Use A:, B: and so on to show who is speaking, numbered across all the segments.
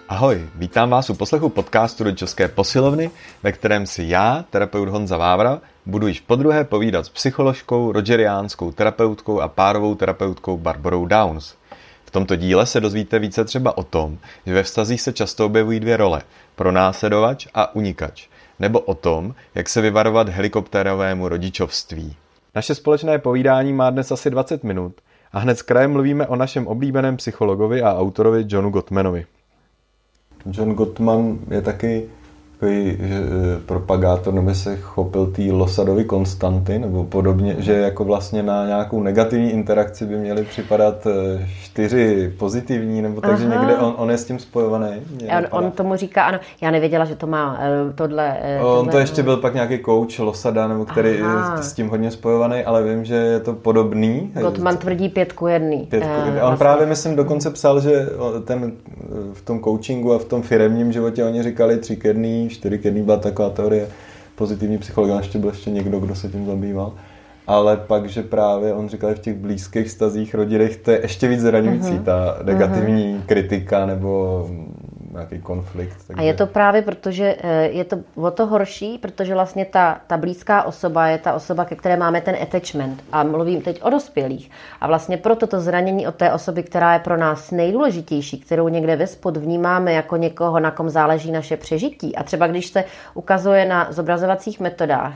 A: Ahoj, vítám vás u poslechu podcastu Rodičovské posilovny, ve kterém si já, terapeut Honza Vávra, budu již podruhé povídat s psycholožkou, rogeriánskou terapeutkou a párovou terapeutkou Barborou Downs. V tomto díle se dozvíte více třeba o tom, že ve vztazích se často objevují dvě role, pronásledovač a unikač, nebo o tom, jak se vyvarovat helikoptérovému rodičovství. Naše společné povídání má dnes asi 20 minut a hned z kraje mluvíme o našem oblíbeném psychologovi a autorovi Johnu Gottmanovi. John Gottman je taky takový propagátor, nebo se chopil té Lossadovy konstanty, nebo podobně, že jako vlastně na nějakou negativní interakci by měly připadat 4 pozitivní, nebo takže někde on je s tím spojovaný.
B: On tomu říká, ano, já nevěděla, že to má tohle.
A: On to ještě byl pak nějaký coach Lossada, nebo který je s tím hodně spojovaný, ale vím, že je to podobný.
B: Gottman tvrdí 5:1.
A: 5:1. On právě, myslím, dokonce psal, že v tom coachingu a v tom firemním životě oni říkali 3:1, 4:1 byla taková teorie pozitivní psychologie, ještě byl někdo, kdo se tím zabýval. Ale pak, že právě on říkal, že v těch blízkých vztazích rodinných to je ještě víc zraňující, ta negativní kritika nebo nějaký konflikt. Takže... A
B: je to právě, protože je to o to horší, protože vlastně ta blízká osoba je ta osoba, ke které máme ten attachment. A mluvím teď o dospělých. A vlastně proto to zranění od té osoby, která je pro nás nejdůležitější, kterou někde vespod vnímáme jako někoho, na kom záleží naše přežití. A třeba když se ukazuje na zobrazovacích metodách,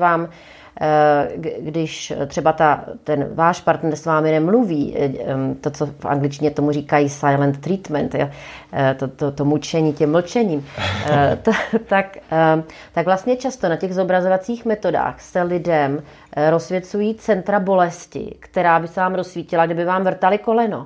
B: když třeba ten váš partner s vámi nemluví, to, co v angličtině tomu říkají silent treatment, to mučení tím mlčením, tak vlastně často na těch zobrazovacích metodách se lidem rozsvěcují centra bolesti, která by se vám rozsvítila, kdyby vám vrtali koleno.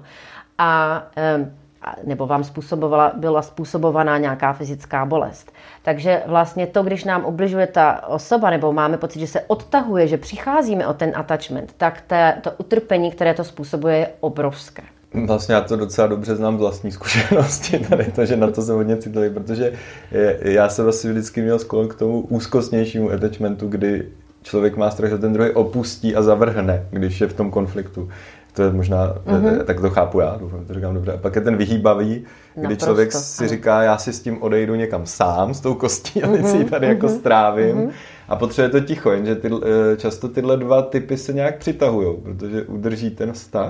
B: Nebo vám byla způsobovaná nějaká fyzická bolest. Takže vlastně to, když nám ubližuje ta osoba, nebo máme pocit, že se odtahuje, že přicházíme o ten attachment, tak to utrpení, které to způsobuje, je obrovské.
A: Vlastně já to docela dobře znám z vlastní zkušenosti tady, takže na to jsem hodně citlivý, protože já jsem vlastně vždycky měl sklon k tomu úzkostnějšímu attachmentu, kdy člověk má strach, že ten druhý opustí a zavrhne, když je v tom konfliktu. To je možná, tak to chápu já, doufám, to říkám dobře. A pak je ten vyhýbavý, kdy člověk si říká, já si s tím odejdu někam sám, s tou kostí, a teď si ji tady jako strávím. A potřebuje to ticho, jenže často tyhle dva typy se nějak přitahujou, protože udrží ten vztah,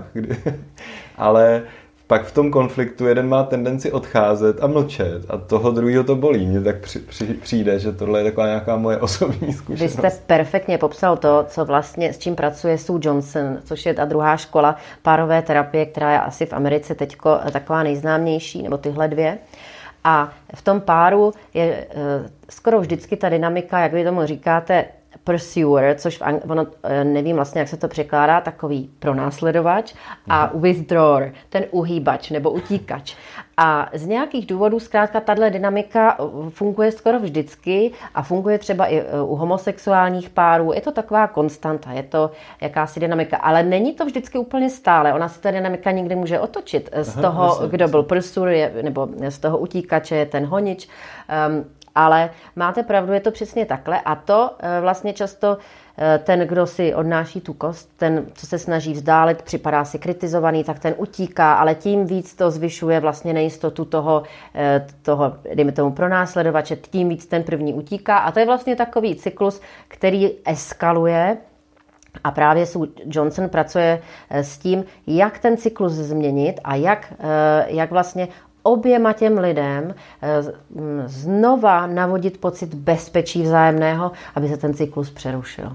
A: ale pak v tom konfliktu jeden má tendenci odcházet a mlčet a toho druhého to bolí. Mně tak přijde, že tohle je taková nějaká moje osobní zkušenost.
B: Vy jste perfektně popsal to, co vlastně s čím pracuje Sue Johnson, což je ta druhá škola párové terapie, která je asi v Americe teďko taková nejznámější, nebo tyhle dvě. A v tom páru je skoro vždycky ta dynamika, jak vy tomu říkáte, pursuer, což nevím vlastně, jak se to překládá, takový pronásledovač, a withdrawer, ten uhýbač nebo utíkač. A z nějakých důvodů zkrátka tato dynamika funguje skoro vždycky a funguje třeba i u homosexuálních párů. Je to taková konstanta, je to jakási dynamika, ale není to vždycky úplně stále. Ona se ta dynamika někdy může otočit z toho, kdo byl pursuer, nebo z toho utíkače je ten honič. Ale máte pravdu, je to přesně takhle a to vlastně často ten, kdo si odnáší tu kost, ten, co se snaží vzdálit, připadá si kritizovaný, tak ten utíká, ale tím víc to zvyšuje vlastně nejistotu toho dejme tomu pronásledovače, tím víc ten první utíká a to je vlastně takový cyklus, který eskaluje. A právě Sue Johnson pracuje s tím, jak ten cyklus změnit a jak vlastně oběma těm lidem znova navodit pocit bezpečí vzájemného, aby se ten cyklus přerušil.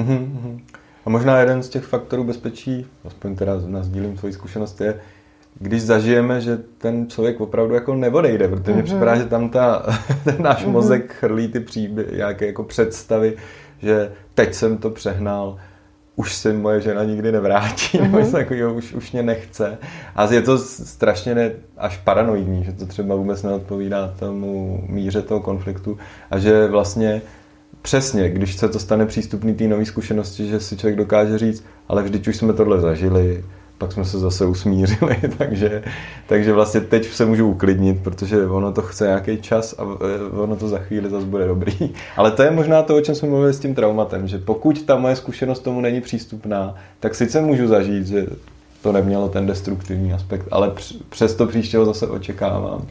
A: A možná jeden z těch faktorů bezpečí, aspoň teda nasdílím svoji zkušenost, je, když zažijeme, že ten člověk opravdu jako neodejde, protože mně připadá, že tam ten náš mozek chrlí ty příběhy, nějaké jako představy, že teď jsem to přehnal, už se moje žena nikdy nevrátí, nebo něco takového, už mě nechce. A je to strašně až paranoidní, že to třeba vůbec neodpovídá tomu míře toho konfliktu a že vlastně přesně, když se to stane přístupný té nové zkušenosti, že si člověk dokáže říct, ale vždyť už jsme tohle zažili, pak jsme se zase usmířili, takže vlastně teď se můžu uklidnit, protože ono to chce nějaký čas a ono to za chvíli zase bude dobrý. Ale to je možná to, o čem jsme mluvili s tím traumatem, že pokud ta moje zkušenost tomu není přístupná, tak sice můžu zažít, že to nemělo ten destruktivní aspekt, ale přesto příště ho zase očekávám.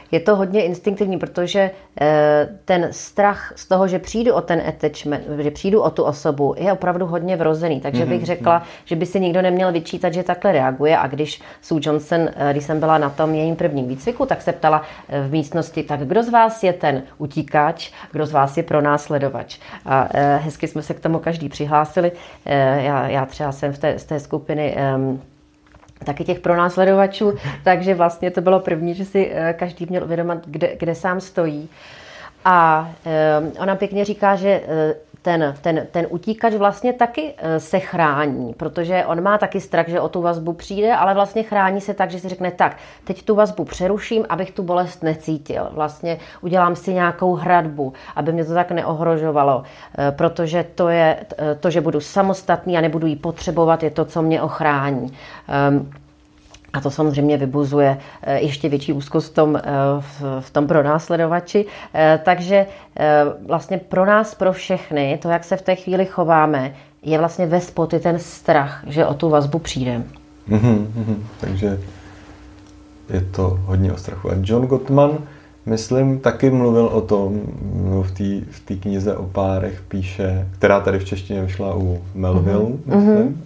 B: Je to hodně instinktivní, protože ten strach z toho, že přijdu o ten attachment, že přijdu o tu osobu, je opravdu hodně vrozený. Takže bych řekla, že by si nikdo neměl vyčítat, že takhle reaguje. A když Sue Johnson, když jsem byla na tom jejím prvním výcviku, tak se ptala v místnosti, tak kdo z vás je ten utíkač, kdo z vás je pronásledovač. A hezky jsme se k tomu každý přihlásili. Já třeba jsem z té skupiny taky těch pronásledovačů, takže vlastně to bylo první, že si každý měl uvědomit, kde sám stojí. A ona pěkně říká, že ten utíkač vlastně taky se chrání, protože on má taky strach, že o tu vazbu přijde, ale vlastně chrání se tak, že si řekne tak, teď tu vazbu přeruším, abych tu bolest necítil. Vlastně udělám si nějakou hradbu, aby mě to tak neohrožovalo, protože to je to, že budu samostatný a nebudu ji potřebovat, je to, co mě ochrání. A to samozřejmě vybuzuje ještě větší úzkost v tom pronásledovači. Takže vlastně pro nás, pro všechny, to, jak se v té chvíli chováme, je vlastně ve spoty ten strach, že o tu vazbu přijdeme.
A: Takže je to hodně o strachu. A John Gottman, myslím, taky mluvil o tom, v té knize o párech píše, která tady v češtině vyšla u Melville, myslím.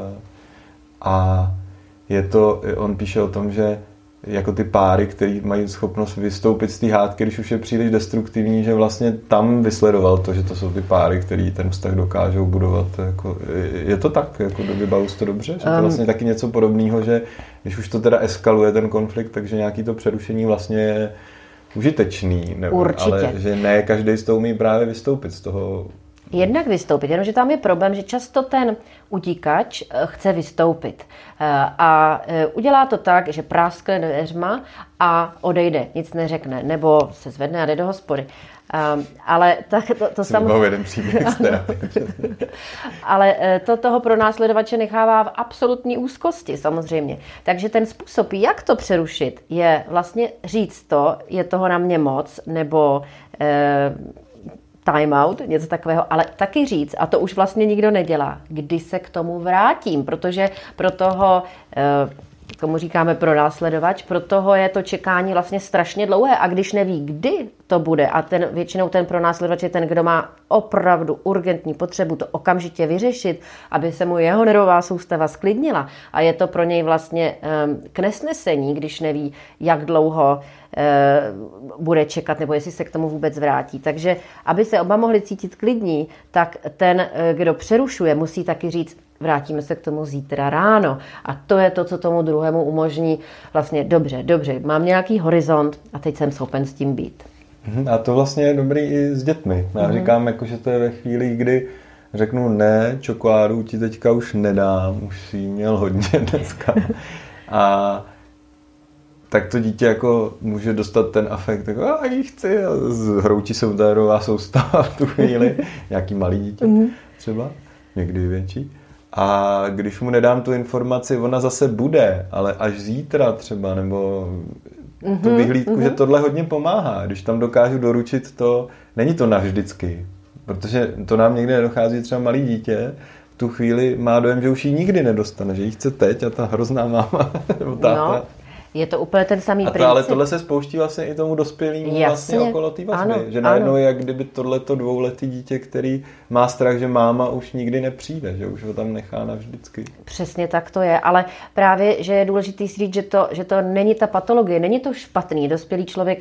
A: A on píše o tom, že jako ty páry, který mají schopnost vystoupit z té hádky, když už je příliš destruktivní, že vlastně tam vysledoval to, že to jsou ty páry, který ten vztah dokážou budovat. Jako, je to tak? Jako vybavu to dobře? Že to je vlastně taky něco podobného, že když už to teda eskaluje ten konflikt, takže nějaký to přerušení vlastně je užitečný. Ale že ne každý z toho umí právě vystoupit z toho.
B: Jednak vystoupit, jenomže tam je problém, že často ten utíkač chce vystoupit a udělá to tak, že práskne dveřma a odejde, nic neřekne, nebo se zvedne a jde do hospody. Ale to
A: samozřejmě... jeden příběh z terapie.
B: Ale to toho pronásledovače nechává v absolutní úzkosti samozřejmě. Takže ten způsob, jak to přerušit, je vlastně říct to, je toho na mě moc, nebo time out, něco takového, ale taky říct, a to už vlastně nikdo nedělá, kdy se k tomu vrátím, protože pro toho, komu říkáme pronásledovač, pro toho je to čekání vlastně strašně dlouhé a když neví, kdy to bude a většinou ten pronásledovač je ten, kdo má opravdu urgentní potřebu to okamžitě vyřešit, aby se mu jeho nervová soustava sklidnila a je to pro něj vlastně k nesnesení, když neví, jak dlouho bude čekat, nebo jestli se k tomu vůbec vrátí. Takže, aby se oba mohli cítit klidní, tak ten, kdo přerušuje, musí taky říct, vrátíme se k tomu zítra ráno. A to je to, co tomu druhému umožní vlastně dobře, mám nějaký horizont a teď jsem schopen s tím být.
A: A to vlastně je dobrý i s dětmi. Já říkám, jako, že to je ve chvíli, kdy řeknu ne, čokoládu ti teďka už nedám, už si měl hodně dneska. A tak to dítě jako může dostat ten afekt, jako a ji chci, a zhroutí se ta nervová soustava v tu chvíli, nějaký malý dítě třeba, někdy větší. A když mu nedám tu informaci, ona zase bude, ale až zítra třeba, nebo tu vyhlídku, že tohle hodně pomáhá. Když tam dokážu doručit to, není to navždycky, protože to nám někdy nedochází, třeba malý dítě, v tu chvíli má dojem, že už ji nikdy nedostane, že ji chce teď a ta hrozná máma nebo táta.
B: No. Je to úplně ten samý princip.
A: Ale tohle se spouští vlastně i tomu dospělému vlastně okolo té vazby. Že najednou je jak kdyby tohleto dvouletý dítě, který má strach, že máma už nikdy nepřijde, že už ho tam nechá navždycky.
B: Přesně tak to je, ale právě, že je důležité si říct, že to není ta patologie, není to špatný. Dospělý člověk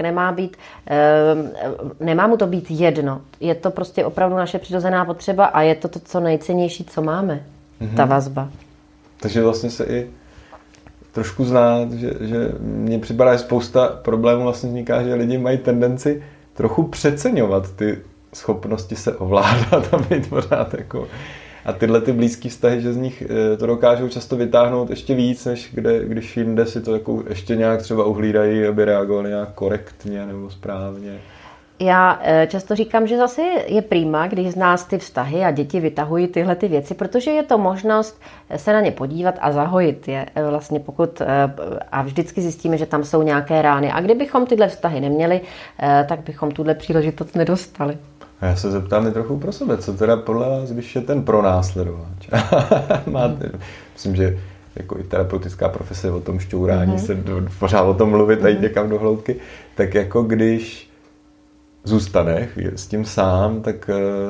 B: nemá mu to být jedno. Je to prostě opravdu naše přirozená potřeba a je to to, co nejcennější, co máme. Ta vazba.
A: Takže vlastně se i trošku znát, že mně připadá, že spousta problémů vlastně vzniká, že lidi mají tendenci trochu přeceňovat ty schopnosti se ovládat a být pořád jako... A tyhle ty blízký vztahy, že z nich to dokážou často vytáhnout ještě víc, než když jinde si to jako ještě nějak třeba uhlídají, aby reagovali nějak korektně nebo správně.
B: Já často říkám, že zase je prima, když z nás ty vztahy a děti vytahují tyhle ty věci, protože je to možnost se na ně podívat a zahojit je vlastně a vždycky zjistíme, že tam jsou nějaké rány. A kdybychom tyhle vztahy neměli, tak bychom tuhle příležitost nedostali.
A: A já se zeptám i trochu pro sebe, co teda podle vás, když je ten pronásledovač? Myslím, že jako i terapeutická profese o tom šťourání, se pořád o tom mluvit a jít někam do hloubky, tak jako když zůstaneš s tím sám, tak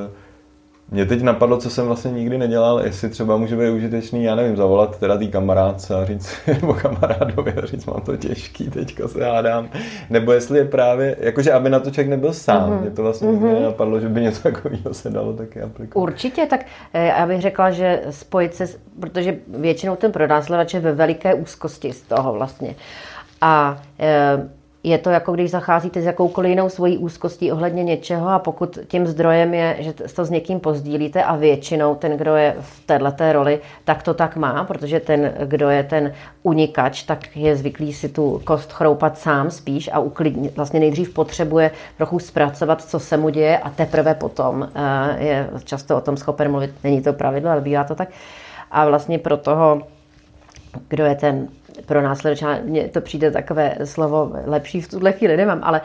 A: mě teď napadlo, co jsem vlastně nikdy nedělal, jestli třeba může být užitečný, já nevím, zavolat teda tý kamarádce a říct, nebo kamarádovi a říct, mám to těžký, teďka se hádám, nebo jestli je právě, jakože aby na to člověk nebyl sám, mě to vlastně nikdy nenapadlo, že by něco takového se dalo taky aplikovat.
B: Určitě, tak já bych řekla, že spojit se, protože většinou ten pronásledovač je ve veliké úzkosti z toho vlastně a je to jako když zacházíte s jakoukoliv jinou svojí úzkostí ohledně něčeho a pokud tím zdrojem je, že to s někým pozdílíte a většinou ten, kdo je v téhleté roli, tak to tak má, protože ten, kdo je ten unikač, tak je zvyklý si tu kost chroupat sám spíš a uklidnit. Vlastně nejdřív potřebuje trochu zpracovat, co se mu děje a teprve potom je často o tom schopen mluvit. Není to pravidlo, ale bývá to tak. A vlastně pro toho, kdo je ten pronásledovač, mně to přijde takové slovo lepší v tuhle chvíli nemám, ale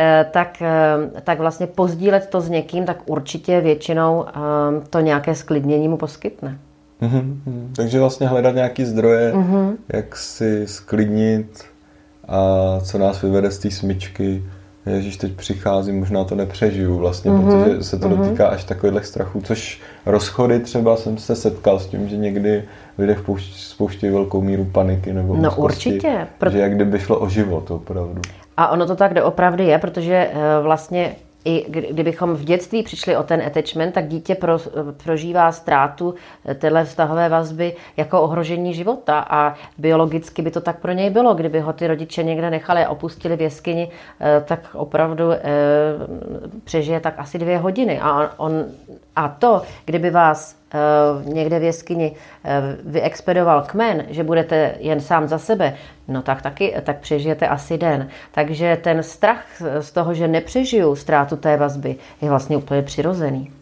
B: tak vlastně pozdílet to s někým, tak určitě většinou to nějaké sklidnění mu poskytne.
A: Takže vlastně hledat nějaký zdroje, jak si sklidnit a co nás vyvede z té smyčky. Ježíš, teď přicházím, možná to nepřežiju vlastně, protože se to dotýká až takových strachů, což rozchody třeba jsem se setkal s tím, že někdy lidé spouštějí velkou míru paniky nebo úzkosti,
B: určitě.
A: Že jak kdyby šlo o život opravdu.
B: A ono to tak doopravdy je, protože vlastně i kdybychom v dětství přišli o ten attachment, tak dítě prožívá ztrátu téhle vztahové vazby jako ohrožení života a biologicky by to tak pro něj bylo. Kdyby ho ty rodiče někde nechali a opustili v jeskyni, tak opravdu přežije tak asi 2 hodiny. A to, kdyby vás někde v jeskyni vyexpedoval kmen, že budete jen sám za sebe, no tak přežijete asi den. Takže ten strach z toho, že nepřežiju ztrátu té vazby, je vlastně úplně přirozený.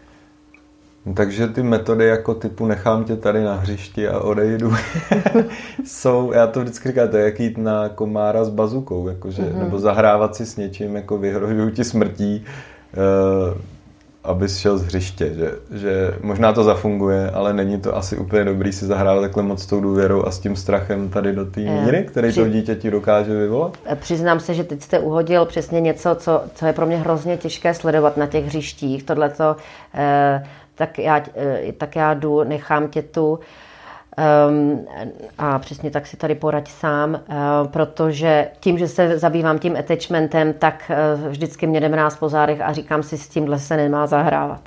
A: Takže ty metody jako typu nechám tě tady na hřišti a odejdu jsou, já to vždycky říkám, to je jak jít na komára s bazukou, jakože, nebo zahrávat si s něčím, jako vyhrožují ti smrtí, abys šel z hřiště, že možná to zafunguje, ale není to asi úplně dobrý si zahrávat takhle moc s tou důvěrou a s tím strachem tady do té míry, který to dítě ti dokáže vyvolat? Přiznám se,
B: že teď jste uhodil přesně něco, co je pro mě hrozně těžké sledovat na těch hřištích. Tohleto, tak já jdu, nechám tě tu a přesně tak si tady poraď sám, protože tím, že se zabývám tím attachmentem, tak vždycky mě jde mráz po zádech a říkám si, s tímhle se nemá zahrávat.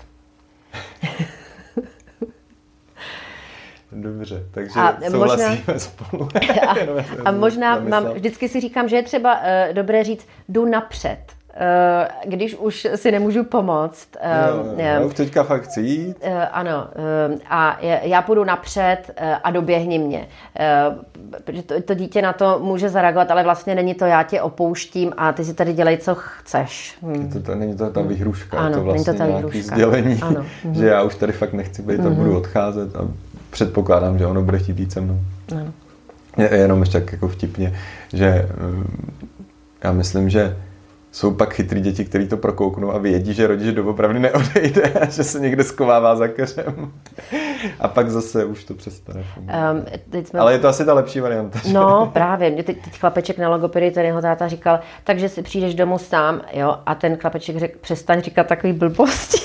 A: Dobře, takže souhlasíme spolu.
B: A možná vždycky si říkám, že je třeba dobré říct, jdu napřed. Když už si nemůžu pomoct.
A: Už teďka fakt chci jít.
B: Ano. A já půjdu napřed a doběhni mě. Protože to dítě na to může zareagovat, ale vlastně není to já tě opouštím a ty si tady dělej, co chceš.
A: Není to ta výhruška,
B: ano,
A: je to vlastně nějaký sdělení, že já už tady fakt nechci být a budu odcházet a předpokládám, že ono bude chtít jít se mnou.
B: Ano.
A: Jenom ještě tak jako vtipně, že já myslím, že jsou pak chytrý děti, kteří to prokouknou a vědí, že rodič doopravdy neodejde a že se někde skovává za keřem. A pak zase už to přestane. Ale je to asi ta lepší varianta. Že?
B: No právě. Mě teď chlapeček na logopedii, ten jeho táta říkal, takže si přijdeš domů sám, jo? A ten chlapeček řekl, přestaň říkat takový blbosti.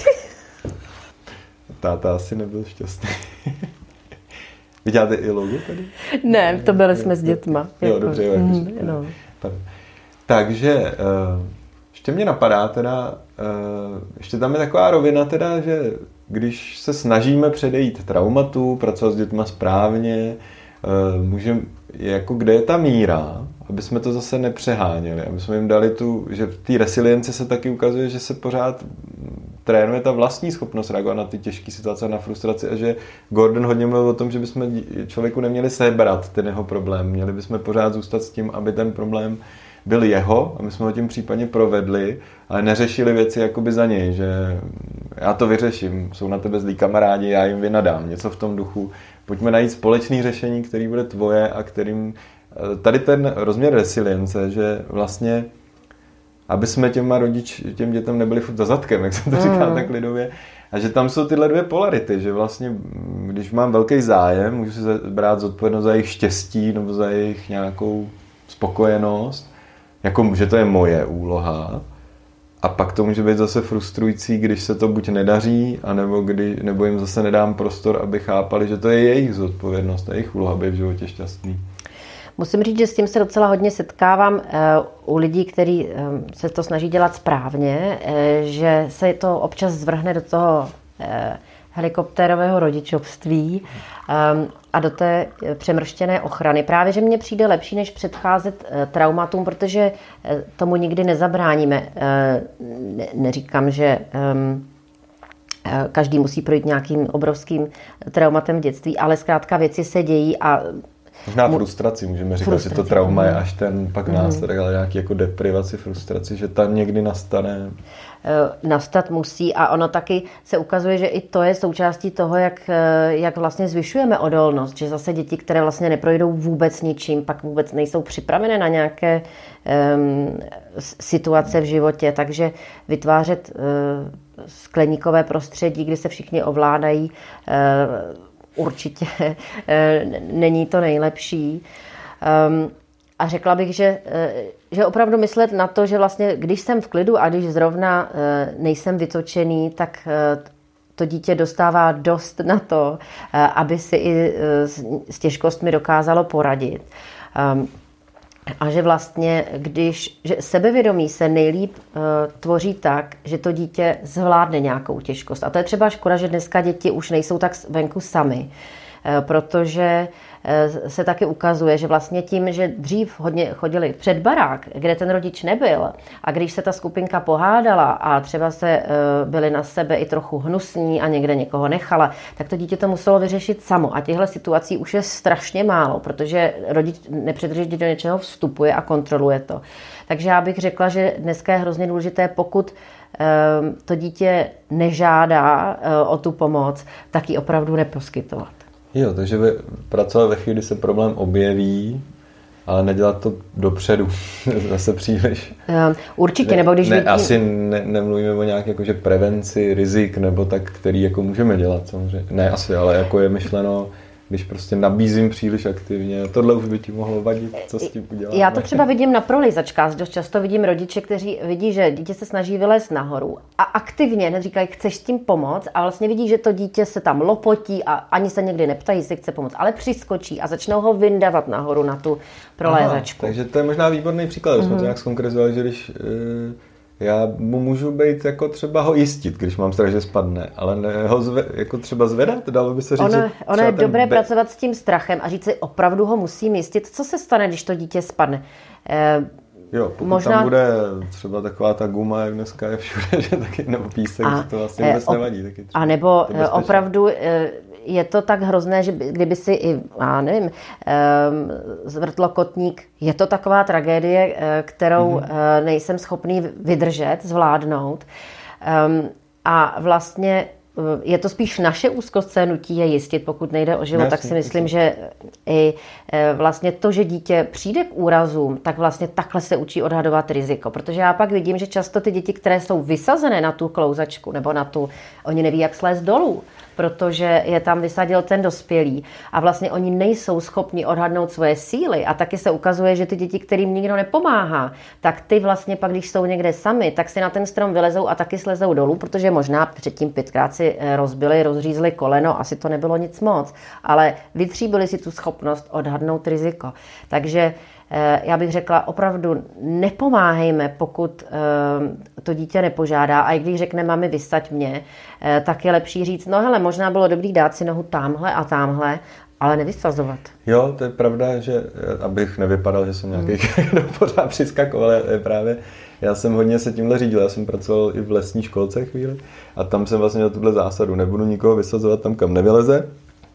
A: Táta asi nebyl šťastný. Vy děláte i logopedii?
B: Ne, to byli jsme s dětma.
A: Jo, dobře. No. Takže ještě mě napadá teda, ještě tam je taková rovina teda, že když se snažíme předejít traumatu, pracovat s dětma správně, jako kde je ta míra, aby jsme to zase nepřeháněli, aby jsme jim dali že v té resilienci se taky ukazuje, že se pořád trénuje ta vlastní schopnost reagovat na ty těžké situace, na frustraci a že Gordon hodně mluvil o tom, že bychom člověku neměli sebrat ten jeho problém, měli bychom pořád zůstat s tím, aby ten problém byl jeho a my jsme ho tím případně provedli, ale neřešili věci jakoby za něj, že já to vyřeším, jsou na tebe zlí kamarádi, já jim vynadám, něco v tom duchu. Pojďme najít společné řešení, který bude tvoje a kterým tady ten rozměr resilience, že vlastně aby jsme těm dětem nebyli furt za zadkem, jak jsem to říkal tak lidově, A že tam jsou tyhle dvě polarity, že vlastně, když mám velký zájem, můžu si brát zodpovědnost za jejich štěstí nebo za jejich nějakou spokojenost, jako že to je moje úloha. A pak to může být zase frustrující, když se to buď nedaří, nebo jim zase nedám prostor, aby chápali, že to je jejich zodpovědnost a jejich úloha, aby v životě šťastný.
B: Musím říct, že s tím se docela hodně setkávám u lidí, kteří se to snaží dělat správně, že se to občas zvrhne do toho helikoptérového rodičovství a do té přemrštěné ochrany. Právě, že mně přijde lepší, než předcházet traumatům, protože tomu nikdy nezabráníme. Neříkám, že každý musí projít nějakým obrovským traumatem v dětství, ale zkrátka věci se dějí a
A: možná frustraci, můžeme říkat, že to trauma je až ten pak následek, ale nějaký jako deprivaci, frustraci, že tam někdy nastane.
B: Nastat musí a ono taky se ukazuje, že i to je součástí toho, jak vlastně zvyšujeme odolnost, že zase děti, které vlastně neprojdou vůbec ničím, pak vůbec nejsou připravené na nějaké situace v životě, takže vytvářet skleníkové prostředí, kdy se všichni ovládají, určitě není to nejlepší. A řekla bych, že opravdu myslet na to, že vlastně, když jsem v klidu a když zrovna nejsem vytočený, tak to dítě dostává dost na to, aby si i s těžkostmi dokázalo poradit. A že vlastně, že sebevědomí se nejlíp tvoří tak, že to dítě zvládne nějakou těžkost. A to je třeba škoda, že dneska děti už nejsou tak venku sami, protože se taky ukazuje, že vlastně tím, že dřív hodně chodili před barák, kde ten rodič nebyl, a když se ta skupinka pohádala a třeba se byli na sebe i trochu hnusní a někde někoho nechala, tak to dítě to muselo vyřešit samo. A těchto situací už je strašně málo, protože rodič nepřetržitě do něčeho vstupuje a kontroluje to. Takže já bych řekla, že dneska je hrozně důležité, pokud to dítě nežádá o tu pomoc, tak ji opravdu neposkytovat.
A: Jo, takže pracovat ve chvíli, kdy se problém objeví, ale nedělat to dopředu, zase příliš.
B: Určitě, nebo když vidím...
A: Asi nemluvíme o nějaké jakože prevenci rizik, nebo tak, který jako můžeme dělat samozřejmě. Ne asi, ale jako je myšleno, když prostě nabízím příliš aktivně, tohle už by ti mohlo vadit, co s tím uděláme.
B: Já to třeba vidím na prolizačkách, dost často vidím rodiče, kteří vidí, že dítě se snaží vylézt nahoru a aktivně neříkají, chceš s tím pomoct, a vlastně vidí, že to dítě se tam lopotí a ani se někdy neptají, jestli chce pomoct, ale přiskočí a začnou ho vyndavat nahoru na tu prolézačku.
A: Takže to je možná výborný příklad, jsme to nějak zkonkretizovali, že když já mu můžu být jako třeba ho jistit, když mám strach, že spadne, ale ne ho jako třeba zvedat, dalo by se říct.
B: Ono je dobré pracovat s tím strachem a říct si, opravdu ho musím jistit, co se stane, když to dítě spadne.
A: Jo, pokud tam bude třeba taková ta guma, jak dneska je všude, že taky, nebo písek, že to vlastně vůbec nevadí. Taky
B: a nebo opravdu je to tak hrozné, že kdyby si i, já nevím, zvrtlo kotník, je to taková tragédie, kterou nejsem schopný vydržet, zvládnout. A vlastně je to spíš naše úzkost, se nutí je jistit, pokud nejde o život, tak si myslím, že i vlastně to, že dítě přijde k úrazům, tak vlastně takhle se učí odhadovat riziko. Protože já pak vidím, že často ty děti, které jsou vysazené na tu klouzačku nebo na tu, oni neví, jak slézt dolů, protože je tam vysadil ten dospělý a vlastně oni nejsou schopni odhadnout svoje síly a taky se ukazuje, že ty děti, kterým nikdo nepomáhá, tak ty vlastně pak, když jsou někde sami, tak si na ten strom vylezou a taky slezou dolů, protože možná předtím 5krát si rozřízli koleno, asi to nebylo nic moc, ale vytříbili si tu schopnost odhadnout riziko. Takže já bych řekla, opravdu nepomáhejme, pokud to dítě nepožádá, a i když řekne mami, vysaď mě, tak je lepší říct, no hele, možná bylo dobrý dát si nohu tamhle a tamhle, ale nevysazovat.
A: Jo, to je pravda, že abych nevypadal, že jsem nějaký, kdo pořád přiskakoval, právě já jsem hodně se tímhle řídil, já jsem pracoval i v lesní školce chvíli a tam jsem vlastně měl tuhle zásadu, nebudu nikoho vysazovat tam, kam nevyleze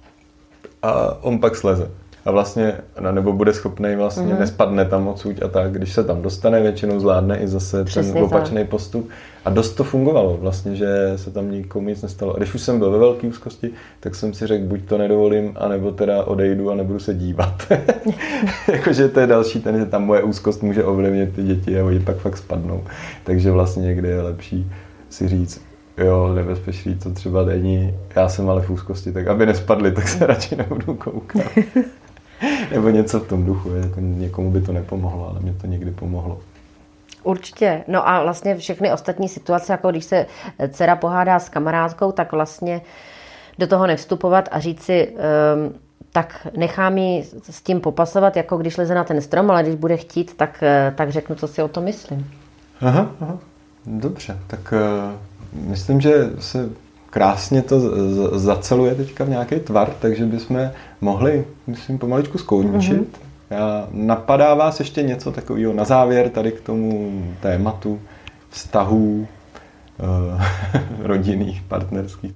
A: a on pak sleze. A vlastně, nebo bude schopný vlastně nespadne tam odsud a tak, když se tam dostane, většinou zvládne i zase přesně ten opačný postup. A dost to fungovalo vlastně, že se tam nikomu nic nestalo. A když už jsem byl ve velké úzkosti, tak jsem si řekl, buď to nedovolím, anebo teda odejdu a nebudu se dívat. Jakože to je další ten, že tam moje úzkost může ovlivnit ty děti a oni pak fakt spadnou. Takže vlastně někdy je lepší si říct, jo, nebezpečí to třeba není, já jsem ale v úzkosti, tak aby nespadli, tak se radši nebudu koukat. Nebo něco v tom duchu, jako někomu by to nepomohlo, ale mě to někdy pomohlo.
B: Určitě. No a vlastně všechny ostatní situace, jako když se dcera pohádá s kamarádkou, tak vlastně do toho nevstupovat a říct si, tak nechám ji s tím popasovat, jako když leze na ten strom, ale když bude chtít, tak řeknu, co si o tom myslím.
A: Aha. Dobře, tak myslím, že se krásně to zaceluje teďka v nějaký tvar, takže bychom mohli, myslím, pomaličku skončit. Napadá vás ještě něco takového na závěr tady k tomu tématu vztahů rodinných, partnerských?